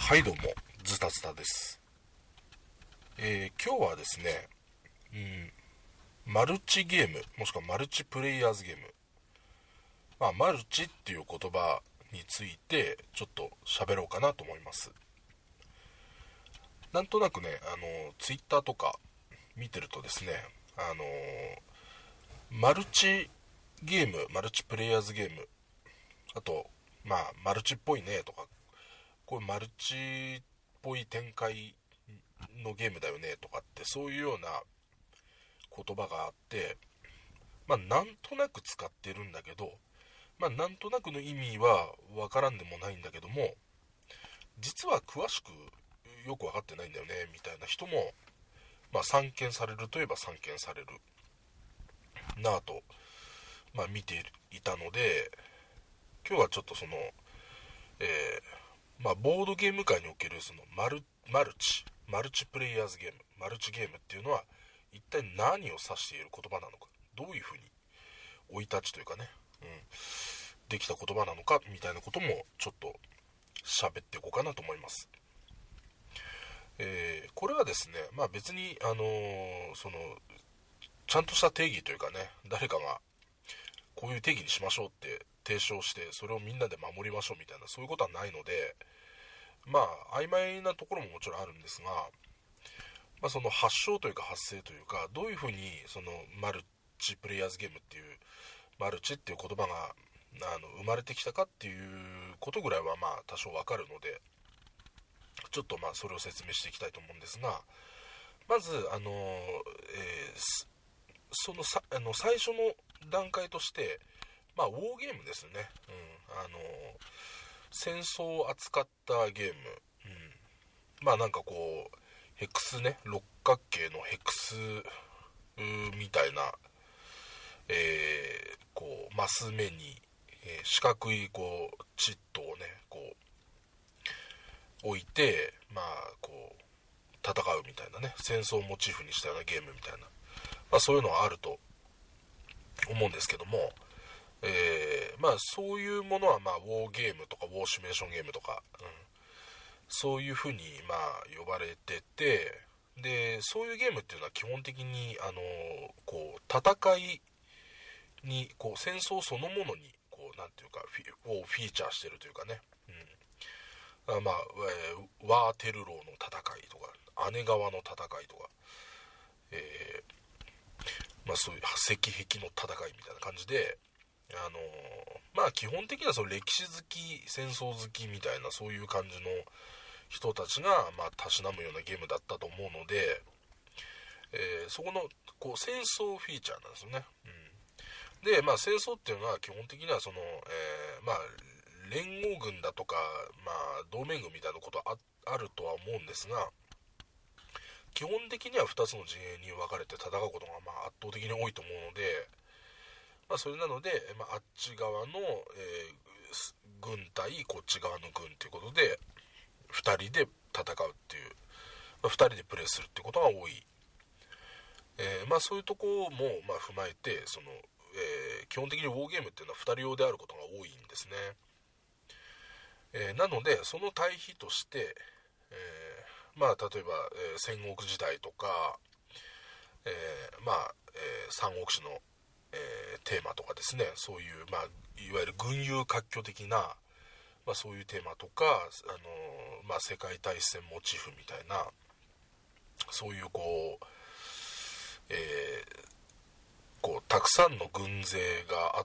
はいどうも、ズタズタです。今日はですね、マルチゲーム、もしくはマルチプレイヤーズゲーム。マルチっていう言葉について、ちょっと喋ろうかなと思います。なんとなくね、ツイッターとか見てるとですね、マルチゲーム、マルチプレイヤーズゲーム、あと、マルチっぽいねとか、こういうマルチっぽい展開のゲームだよねとかって、そういうような言葉があって、なんとなく使ってるんだけど、なんとなくの意味はわからんでもないんだけども、実は詳しくよくわかってないんだよねみたいな人も、散見されるといえば散見されるなぁと、見ていたので、今日はちょっとその、ボードゲーム界におけるそのマルチプレイヤーズゲーム、マルチゲームっていうのは一体何を指している言葉なのか、どういうふうに生い立ちというかね、できた言葉なのかみたいなこともちょっと喋っていこうかなと思います。これはですね、別にそのちゃんとした定義というかね、誰かがこういう定義にしましょうって提唱して、それをみんなで守りましょうみたいな、そういうことはないので、曖昧なところももちろんあるんですが、その発祥というか発生というか、どういうふうにそのマルチプレイヤーズゲームっていう、マルチっていう言葉が生まれてきたかっていうことぐらいは多少わかるので、ちょっとそれを説明していきたいと思うんですが、まずその最初の段階として、ウォーゲームですね。戦争を扱ったゲーム。なんかこう、ヘクスね、六角形のヘクスみたいな、こう、マス目に、四角いこう、チットをね、こう、置いて、こう、戦うみたいなね、戦争をモチーフにしたようなゲームみたいな、そういうのはあると思うんですけども、そういうものはウォーゲームとかウォーシミュレーションゲームとか、そういう風に呼ばれてて、でそういうゲームっていうのは基本的にこう戦いにこう戦争そのものにこうなんていうかをフィーチャーしてるというかね、ワーテルローの戦いとか姉川の戦いとか、そういう石壁の戦いみたいな感じで、基本的にはその歴史好き、戦争好きみたいなそういう感じの人たちがたしなむようなゲームだったと思うので、そこのこう戦争フィーチャーなんですよね。で、戦争っていうのは基本的にはその、連合軍だとか、同盟軍みたいなことはあるとは思うんですが、基本的には2つの陣営に分かれて戦うことが圧倒的に多いと思うので、それなので、あっち側の、軍対こっち側の軍ということで2人で戦うっていう、2人でプレーするっていうことが多い、そういうところも踏まえてその、基本的にウォーゲームっていうのは2人用であることが多いんですね。なのでその対比として、例えば、戦国時代とか、三国志のテーマとかですね、そういう、いわゆる群雄割拠的な、そういうテーマとか、世界大戦モチーフみたいな、そういうこう、たくさんの軍勢があって、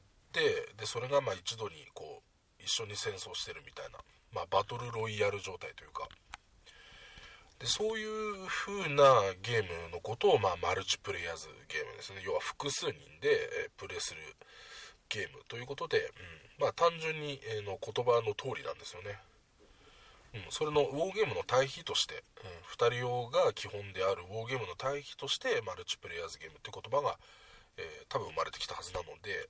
でそれが一度にこう一緒に戦争してるみたいな、バトルロイヤル状態というか、でそういう風なゲームのことをマルチプレイヤーズゲームですね。要は複数人でプレイするゲームということで、単純に、の言葉の通りなんですよね。それのウォーゲームの対比として、2人用が基本であるウォーゲームの対比としてマルチプレイヤーズゲームって言葉が、多分生まれてきたはずなので、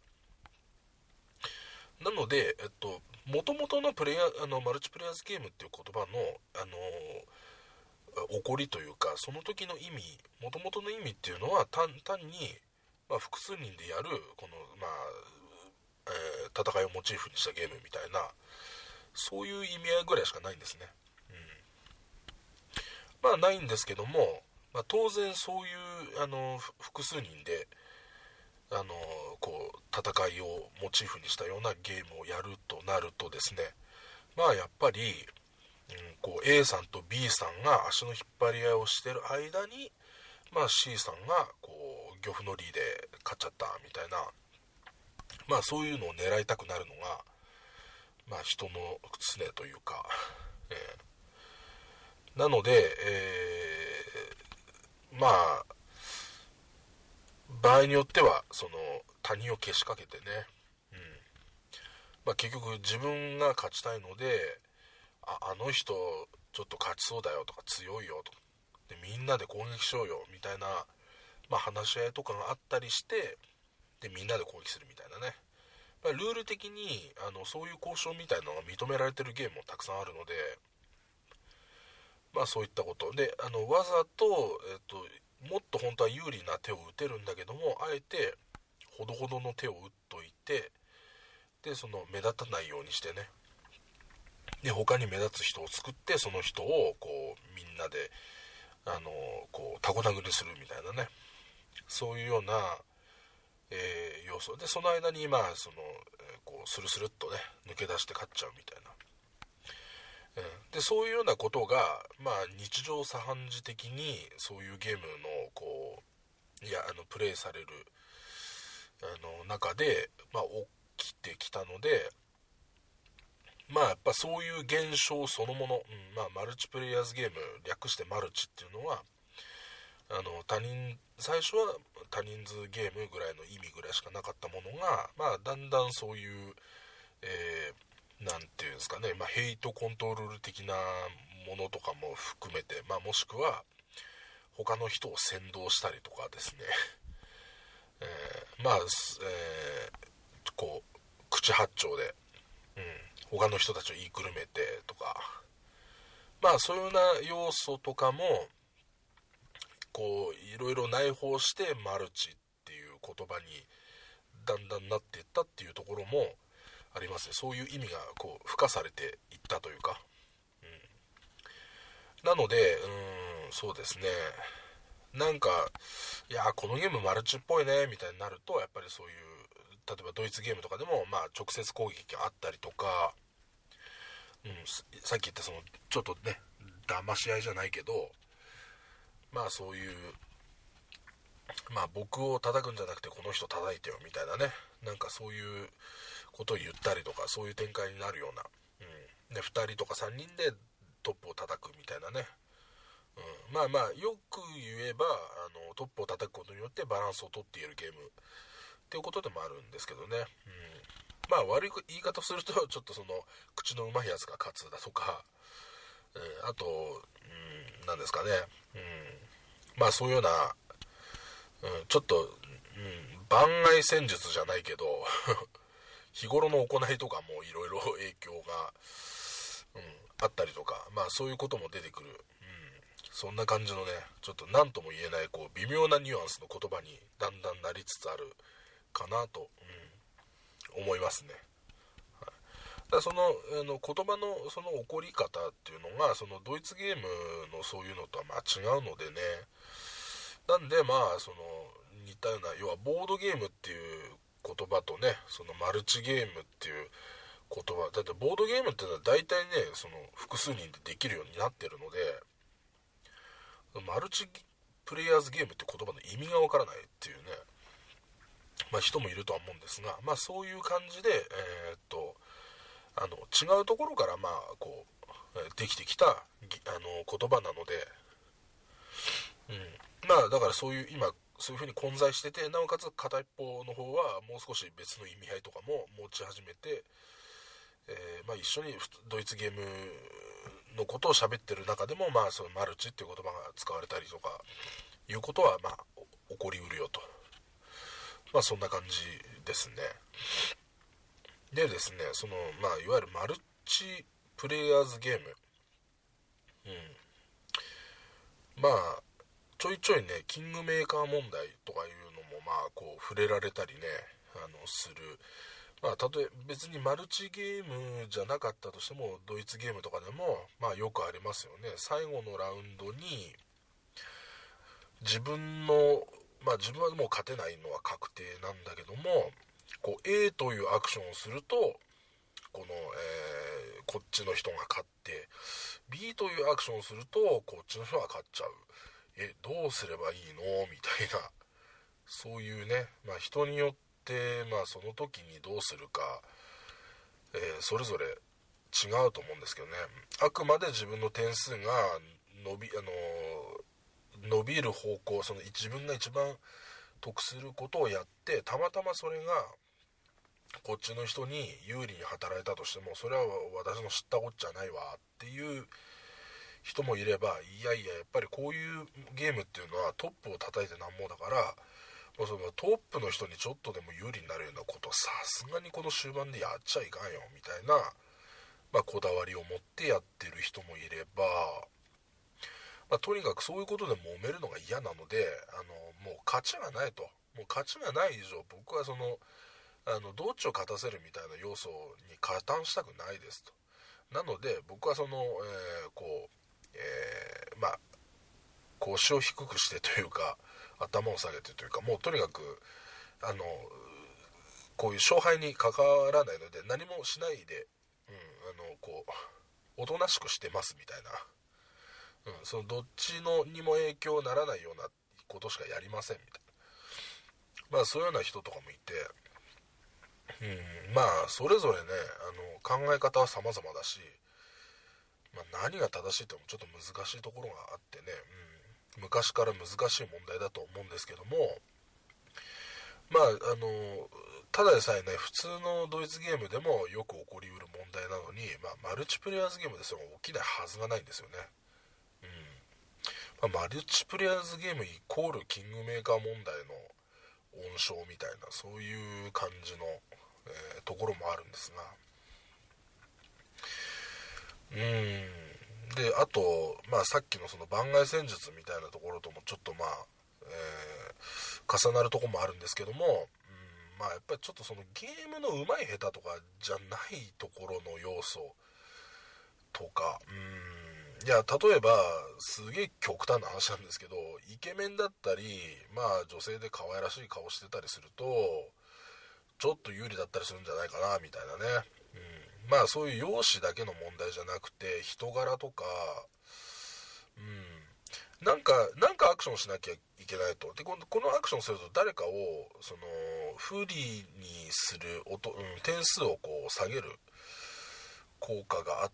元々のマルチプレイヤーズゲームっていう言葉の起こりというか、その時の意味、元々の意味っていうのは単に、複数人でやるこの、戦いをモチーフにしたゲームみたいな、そういう意味合いぐらいしかないんですね。 まあないんですけども、まあ、当然そういう複数人でこう戦いをモチーフにしたようなゲームをやるとなるとですね、まあやっぱり、こう A さんと B さんが足の引っ張り合いをしてる間に、まあ、C さんがこう漁夫の利で勝っちゃったみたいな、まあそういうのを狙いたくなるのが、まあ人の常というか、なので、まあ場合によってはその他人をけしかけてね、まあ、結局自分が勝ちたいので、あの人ちょっと勝ちそうだよとか強いよとかで、みんなで攻撃しようよみたいな、まあ、話し合いとかがあったりして、でみんなで攻撃するみたいなね、まあ、ルール的にそういう交渉みたいなのが認められてるゲームもたくさんあるので、まあそういったことでわざと、もっと本当は有利な手を打てるんだけども、あえてほどほどの手を打っといて、でその目立たないようにしてね、で他に目立つ人を作って、その人をこうみんなでこうタコ殴りするみたいなね、そういうような、要素で、その間にまあこうスルスルっとね抜け出して勝っちゃうみたいな、でそういうようなことが、まあ、日常茶飯事的にそういうゲームのこうプレイされる中で、まあ、起きてきたので、まあやっぱそういう現象そのもの、まあ、マルチプレイヤーズゲーム、略してマルチっていうのは最初は多人数ゲームぐらいの意味ぐらいしかなかったものが、まあ、だんだんそういう、なんていうんですかね、まあ、ヘイトコントロール的なものとかも含めて、まあ、もしくは他の人を先導したりとかですね、まあ、こう口八丁で、他の人たちを言いくるめてとか、まあそういうような要素とかもこういろいろ内包してマルチっていう言葉にだんだんなっていったっていうところもありますね。そういう意味がこう付加されていったというか、なのでそうですね、なんかいやこのゲームマルチっぽいねみたいになると、やっぱりそういう例えばドイツゲームとかでも、まあ、直接攻撃があったりとか、さっき言ったそのちょっとね騙し合いじゃないけど、まあそういう、まあ僕を叩くんじゃなくてこの人叩いてよみたいなね、なんかそういうことを言ったりとか、そういう展開になるような、で2人とか3人でトップを叩くみたいなね、まあまあよく言えばトップを叩くことによってバランスをとっているゲームっていうことでもあるんですけどね、まあ悪い言い方するとちょっとその口のうまいやつが勝つだとか、あと、なんですかね、まあそういうような、ちょっと、番外戦術じゃないけど日頃の行いとかもいろいろ影響が、あったりとか、まあそういうことも出てくる、そんな感じのね、ちょっと何とも言えないこう微妙なニュアンスの言葉にだんだんなりつつあるかなと、思いますね。だからその言葉のその起こり方っていうのがそのドイツゲームのそういうのとはまあ違うのでね、なんでまあその似たような、要はボードゲームっていう言葉とね、そのマルチゲームっていう言葉だって、ボードゲームっていうのは大体ねその複数人でできるようになってるので、マルチプレイヤーズゲームって言葉の意味がわからないっていうね、まあ、人もいるとは思うんですが、まあ、そういう感じで、違うところからまあこうできてきた言葉なので、まあだからそういう今そういう風に混在してて、なおかつ片一方の方はもう少し別の意味合いとかも持ち始めて、まあ、一緒にドイツゲームのことを喋ってる中でも、まあそのマルチっていう言葉が使われたりとかいうことはまあ起こりうるよと、まあそんな感じですね。でですね、そのまあいわゆるマルチプレイヤーズゲーム、まあちょいちょいねキングメーカー問題とかいうのもまあこう触れられたりねする例え別にマルチゲームじゃなかったとしてもドイツゲームとかでもよくありますよね。最後のラウンドに自分はもう勝てないのは確定なんだけども、こう A というアクションをするとこっちの人が勝って、 B というアクションをするとこっちの人が勝っちゃう。どうすればいいのみたいな、そういうね、人によって、その時にどうするか、それぞれ違うと思うんですけどね。あくまで自分の点数が伸びる方向、自分が一番得することをやって、たまたまそれがこっちの人に有利に働いたとしても、それは私の知ったこっちゃないわっていう人もいれば、いやいややっぱりこういうゲームっていうのはトップを叩いてなんぼだから、もうそのトップの人にちょっとでも有利になるようなことをさすがにこの終盤でやっちゃいかんよみたいな、こだわりを持ってやってる人もいれば、とにかくそういうことで揉めるのが嫌なので、もう勝ちがないと、もう勝ちがない以上僕はどっちを勝たせるみたいな要素に加担したくないですと。なので僕は腰を低くしてというか、頭を下げてというか、もうとにかくこういう勝敗に関わらないので何もしないで、おとなしくしてますみたいな、そのどっちのにも影響ならないようなことしかやりませんみたいな、そういうような人とかもいて、それぞれね、考え方は様々だし、何が正しいってもちょっと難しいところがあってね、昔から難しい問題だと思うんですけども、ただでさえね、普通のドイツゲームでもよく起こりうる問題なのに、マルチプレイヤーズゲームでそれが起きないはずがないんですよね。マルチプレイヤーズゲームイコールキングメーカー問題の温床みたいな、そういう感じの、ところもあるんですが、であと、さっきのその番外戦術みたいなところともちょっと重なるところもあるんですけども、やっぱりちょっとそのゲームの上手い下手とかじゃないところの要素とか、いや例えばすげえ極端な話なんですけど、イケメンだったり、女性で可愛らしい顔してたりするとちょっと有利だったりするんじゃないかなみたいなね。そういう容姿だけの問題じゃなくて人柄とか、なんかアクションしなきゃいけないと。でこのアクションすると誰かを不利にする点数をこう下げる効果があって、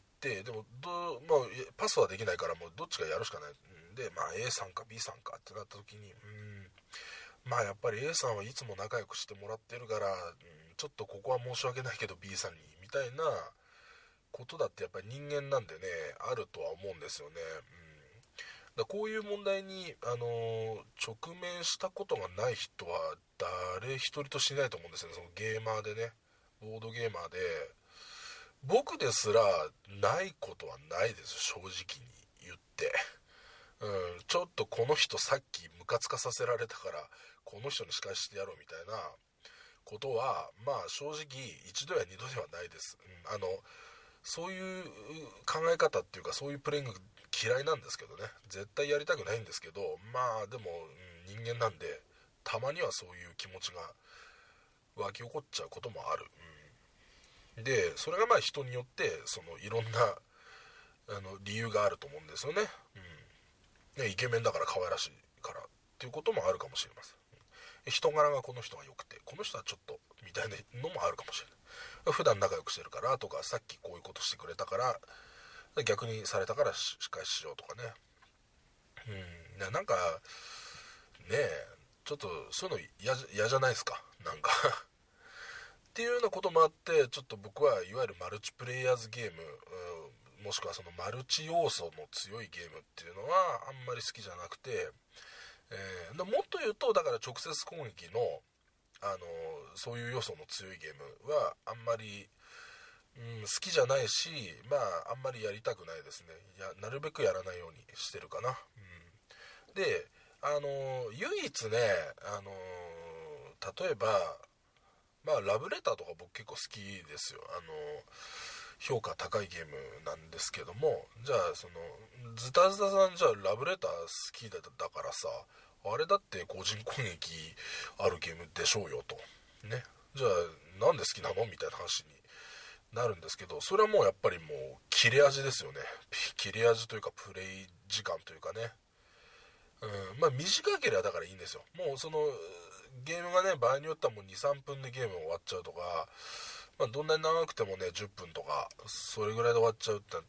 でもパスはできないからもうどっちかやるしかないんで、A さんか B さんかってなった時に、やっぱり A さんはいつも仲良くしてもらってるから、ちょっとここは申し訳ないけど B さんにみたいなことだってやっぱり人間なんでね、あるとは思うんですよね。こういう問題に、直面したことがない人は誰一人としないと思うんですよね。そのゲーマーでね、ボードゲーマーで僕ですらないことはないです、正直に言って。ちょっとこの人さっきムカつかさせられたからこの人に仕返してやろうみたいなことは正直一度や二度ではないです。そういう考え方っていうか、そういうプレイング嫌いなんですけどね、絶対やりたくないんですけど、でも、人間なんでたまにはそういう気持ちが湧き起こっちゃうこともある。でそれが人によっていろんな理由があると思うんですよね。イケメンだから可愛らしいからっていうこともあるかもしれません。人柄がこの人が良くてこの人はちょっとみたいなのもあるかもしれない。普段仲良くしてるからとか、さっきこういうことしてくれたから逆にされたから仕返ししようとかね。なんかねちょっとそういうの嫌じゃないですか、なんかっていうようなこともあって、ちょっと僕はいわゆるマルチプレイヤーズゲーム、もしくはそのマルチ要素の強いゲームっていうのはあんまり好きじゃなくて、もっと言うとだから直接攻撃の、そういう要素の強いゲームはあんまり、好きじゃないし、あんまりやりたくないですね。なるべくやらないようにしてるかな。で唯一ね、例えばラブレターとか僕結構好きですよ。評価高いゲームなんですけども、じゃあズタズタさん、じゃあラブレター好きだからさ、あれだって個人攻撃あるゲームでしょうよとね。じゃあなんで好きなのみたいな話になるんですけど、それはもうやっぱりもう切れ味ですよね。切れ味というかプレイ時間というかね、短ければだからいいんですよ。もうゲームがね、場合によってはもう 2,3 分でゲーム終わっちゃうとか、どんなに長くてもね10分とかそれぐらいで終わっちゃうってなって、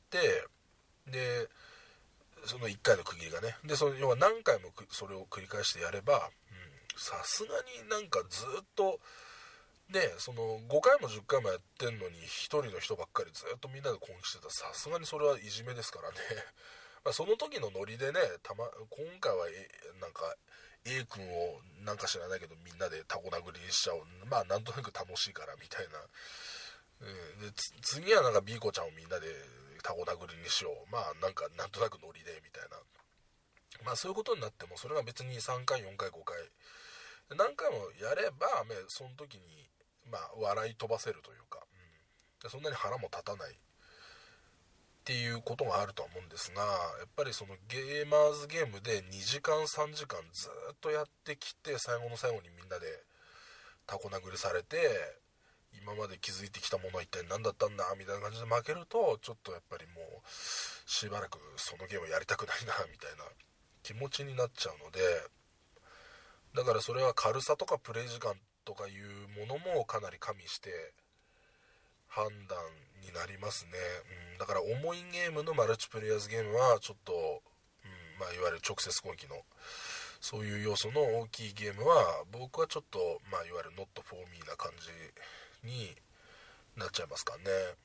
でその1回の区切りがね、で要は何回もそれを繰り返してやれば、さすがになんかずっとね、5回も10回もやってんのに1人の人ばっかりずっとみんなで攻撃してたら、さすがにそれはいじめですからね。その時のノリでね、今回はなんか A 君をなんか知らないけどみんなでタコ殴りにしちゃおう、なんとなく楽しいからみたいな、で次はなんか B 子ちゃんをみんなでタコ殴りにしよう、なんとなくノリでみたいな、そういうことになっても、それが別に3回4回5回何回もやれば、その時に笑い飛ばせるというか、そんなに腹も立たないっていうことがあるとは思うんですが、やっぱりゲーマーズゲームで2時間3時間ずっとやってきて、最後の最後にみんなでタコ殴りされて、今まで築いてきたものは一体何だったんだみたいな感じで負けると、ちょっとやっぱりもうしばらくそのゲームやりたくないなみたいな気持ちになっちゃうので、だからそれは軽さとかプレイ時間とかいうものもかなり加味して判断になりますね。だから重いゲームのマルチプレイヤーズゲームはちょっと、いわゆる直接攻撃のそういう要素の大きいゲームは僕はちょっと、いわゆる not for me な感じになっちゃいますかね。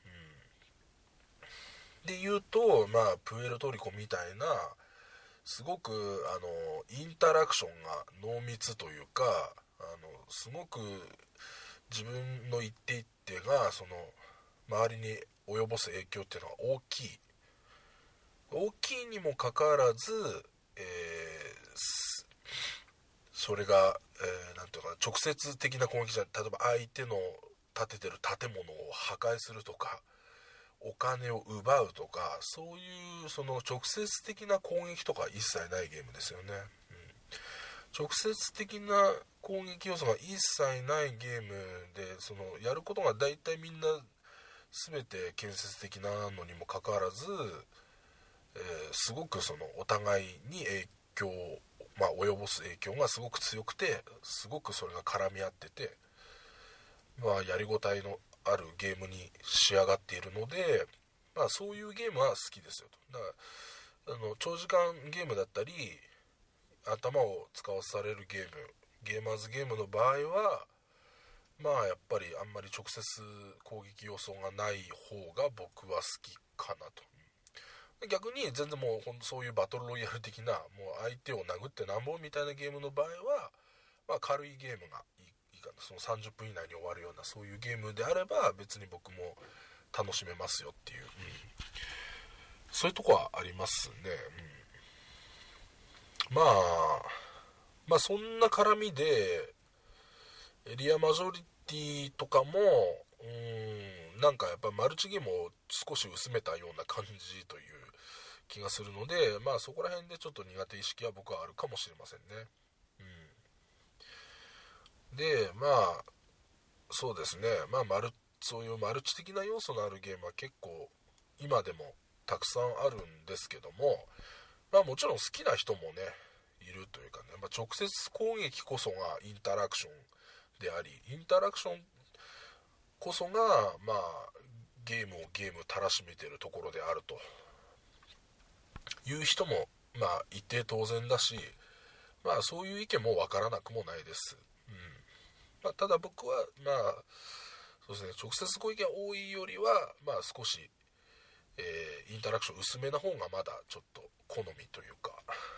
で言うと、プエルトリコみたいなすごくインタラクションが濃密というか、すごく自分の一手一手が周りに及ぼす影響っていうのは大きいにもかかわらず、それが、なんていうかな、直接的な攻撃じゃない、例えば相手の建ててる建物を破壊するとかお金を奪うとか、そういう直接的な攻撃とか一切ないゲームですよね。直接的な攻撃要素が一切ないゲームで、やることが大体みんな全て建設的なのにもかかわらず、すごくお互いに影響、及ぼす影響がすごく強くて、すごくそれが絡み合ってて、やりごたえのあるゲームに仕上がっているので、そういうゲームは好きですよと。だから長時間ゲームだったり頭を使わされるゲーマーズゲームの場合は、やっぱりあんまり直接攻撃要素がない方が僕は好きかなと。逆に全然もうそういうバトルロイヤル的な、もう相手を殴ってなんぼみたいなゲームの場合は、軽いゲームがいいかな。30分以内に終わるようなそういうゲームであれば別に僕も楽しめますよっていう、そういうとこはありますね。そんな絡みでエリアマジョリティとかもなんかやっぱマルチゲームを少し薄めたような感じという気がするので、そこら辺でちょっと苦手意識は僕はあるかもしれませんね。でそうですね、そういうマルチ的な要素のあるゲームは結構今でもたくさんあるんですけども、もちろん好きな人もねいるというかね、直接攻撃こそがインタラクションであり、インタラクションこそがゲームたらしめてるところであるという人も一定当然だし、そういう意見もわからなくもないです。ただ僕はそうですね、直接攻撃が多いよりは少し、インタラクション薄めな方がまだちょっと好みというか、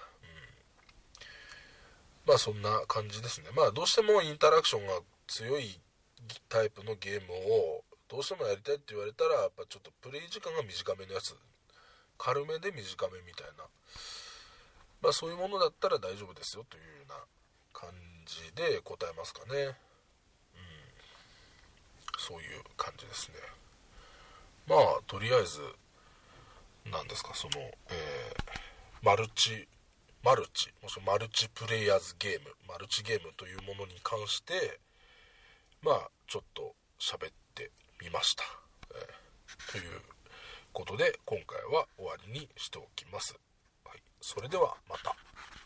そんな感じですね。どうしてもインタラクションが強いタイプのゲームをどうしてもやりたいって言われたら、やっぱちょっとプレイ時間が短めのやつ、軽めで短めみたいな、そういうものだったら大丈夫ですよというような感じで答えますかね。 そういう感じですね。まあとりあえずなんですか、その、マルチもしくはマルチプレイヤーズゲーム、マルチゲームというものに関してまあちょっと喋ってみました、ということで今回は終わりにしておきます。はい、それではまた。